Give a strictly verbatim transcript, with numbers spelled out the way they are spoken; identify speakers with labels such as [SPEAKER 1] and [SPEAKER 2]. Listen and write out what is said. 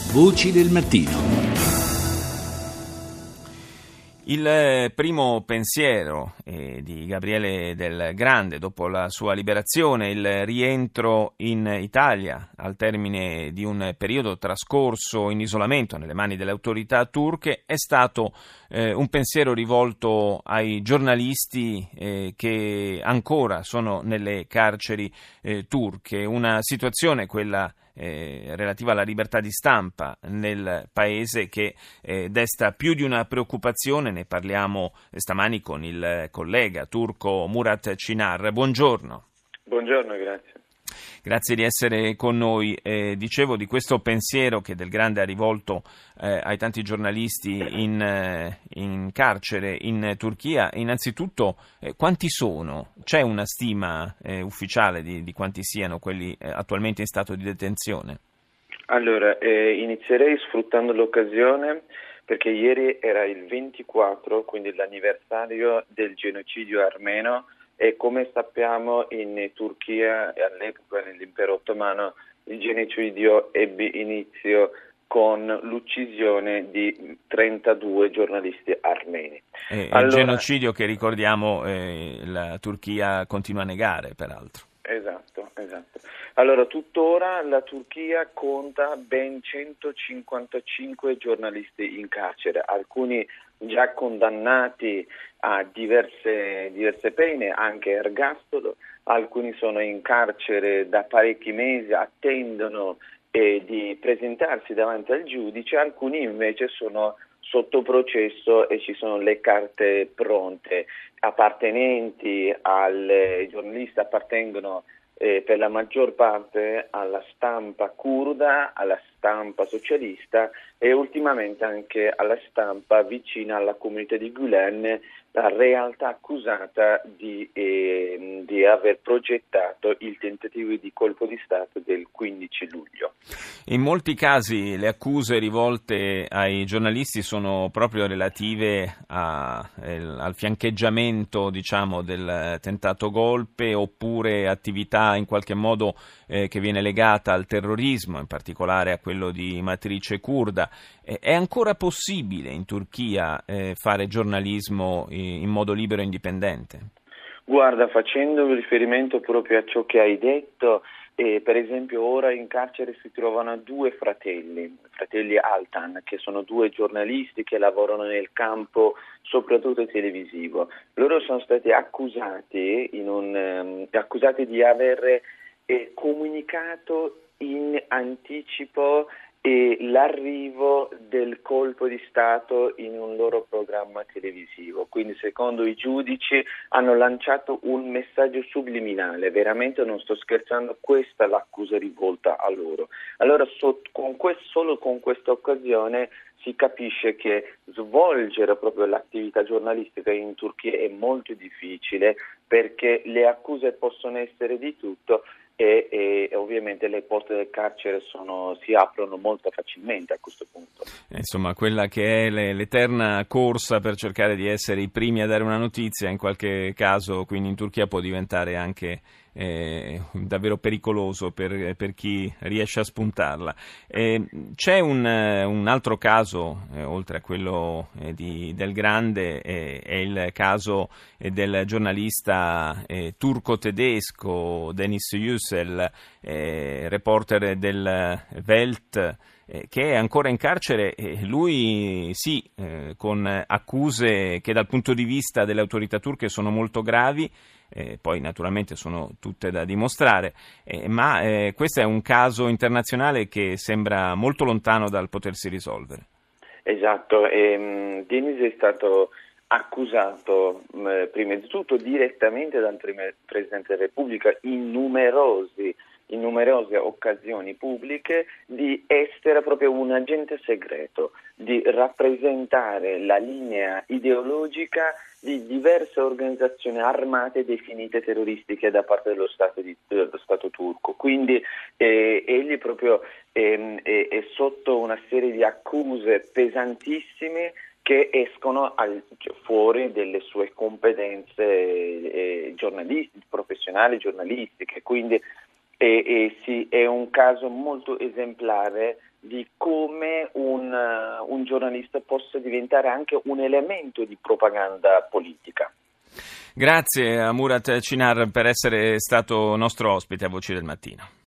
[SPEAKER 1] Voci del mattino.
[SPEAKER 2] Il primo pensiero eh, di Gabriele Del Grande dopo la sua liberazione, il rientro in Italia al termine di un periodo trascorso in isolamento nelle mani delle autorità turche, è stato eh, un pensiero rivolto ai giornalisti eh, che ancora sono nelle carceri eh, turche. Una situazione, quella Eh, relativa alla libertà di stampa nel paese, che eh, desta più di una preoccupazione. Ne parliamo stamani con il collega turco Murat Çınar. Buongiorno.
[SPEAKER 3] Buongiorno, grazie.
[SPEAKER 2] Grazie di essere con noi. Eh, dicevo di questo pensiero che Del Grande ha rivolto eh, ai tanti giornalisti in, eh, in carcere in Turchia. Innanzitutto, eh, quanti sono? C'è una stima eh, ufficiale di, di quanti siano quelli eh, attualmente in stato di detenzione?
[SPEAKER 3] Allora, eh, inizierei sfruttando l'occasione perché ieri era il ventiquattro, quindi l'anniversario del genocidio armeno. E come sappiamo, in Turchia e all'epoca nell'impero ottomano il genocidio ebbe inizio con l'uccisione di trentadue giornalisti armeni.
[SPEAKER 2] Eh,
[SPEAKER 3] allora,
[SPEAKER 2] il genocidio che, ricordiamo, eh, la Turchia continua a negare, peraltro.
[SPEAKER 3] Esatto, esatto. Allora, tuttora la Turchia conta ben centocinquantacinque giornalisti in carcere, alcuni già condannati a diverse, diverse pene, anche ergastolo, alcuni sono in carcere da parecchi mesi, attendono eh, di presentarsi davanti al giudice, alcuni invece sono sotto processo e ci sono le carte pronte. Appartenenti al giornalista appartengono eh, per la maggior parte alla stampa curda, alla stampa socialista e ultimamente anche alla stampa vicina alla comunità di Gülen, la realtà accusata di, eh, di aver progettato il tentativo di colpo di Stato del quindici luglio.
[SPEAKER 2] In molti casi le accuse rivolte ai giornalisti sono proprio relative a, eh, al fiancheggiamento, diciamo, del tentato golpe, oppure attività in qualche modo eh, che viene legata al terrorismo, in particolare a quello di matrice curda. Eh, è ancora possibile in Turchia eh, fare giornalismo in, in modo libero e indipendente?
[SPEAKER 3] Guarda, facendo riferimento proprio a ciò che hai detto, Eh, per esempio ora in carcere si trovano due fratelli, fratelli Altan, che sono due giornalisti che lavorano nel campo soprattutto televisivo. Loro sono stati accusati, in un, um, accusati di aver eh, comunicato in anticipo eh, l'arrivo del colpo di Stato in un loro programma televisivo. Quindi secondo i giudici hanno lanciato un messaggio subliminale, veramente non sto scherzando, questa è l'accusa rivolta a loro. Allora so, con questo, solo con questa occasione si capisce che svolgere proprio l'attività giornalistica in Turchia è molto difficile, perché le accuse possono essere di tutto e, e ovviamente le porte del carcere sono, si aprono molto facilmente a questo punto.
[SPEAKER 2] Insomma, quella che è l'eterna corsa per cercare di essere i primi a dare una notizia, in qualche caso quindi in Turchia può diventare anche eh, davvero pericoloso per, per chi riesce a spuntarla. Eh, c'è un, un altro caso, eh, oltre a quello eh, di Del Grande, eh, è il caso eh, del giornalista eh, turco-tedesco Deniz Yücel, eh, reporter del Welt, eh, che è ancora in carcere. Eh, lui sì, eh, con accuse che dal punto di vista delle autorità turche sono molto gravi. Eh, poi naturalmente sono tutte da dimostrare, eh, ma eh, questo è un caso internazionale che sembra molto lontano dal potersi risolvere.
[SPEAKER 3] Esatto, e, Deniz è stato accusato mh, prima di tutto direttamente dal primo Presidente della Repubblica in numerosi in numerose occasioni pubbliche di essere proprio un agente segreto, di rappresentare la linea ideologica di diverse organizzazioni armate definite terroristiche da parte dello Stato, di, dello Stato turco. Quindi eh, egli proprio eh, è, è sotto una serie di accuse pesantissime che escono al, cioè, fuori delle sue competenze eh, giornalistiche, professionali, giornalistiche. Quindi E, e sì, è un caso molto esemplare di come un, uh, un giornalista possa diventare anche un elemento di propaganda politica.
[SPEAKER 2] Grazie a Murat Cinar per essere stato nostro ospite a Voci del Mattino.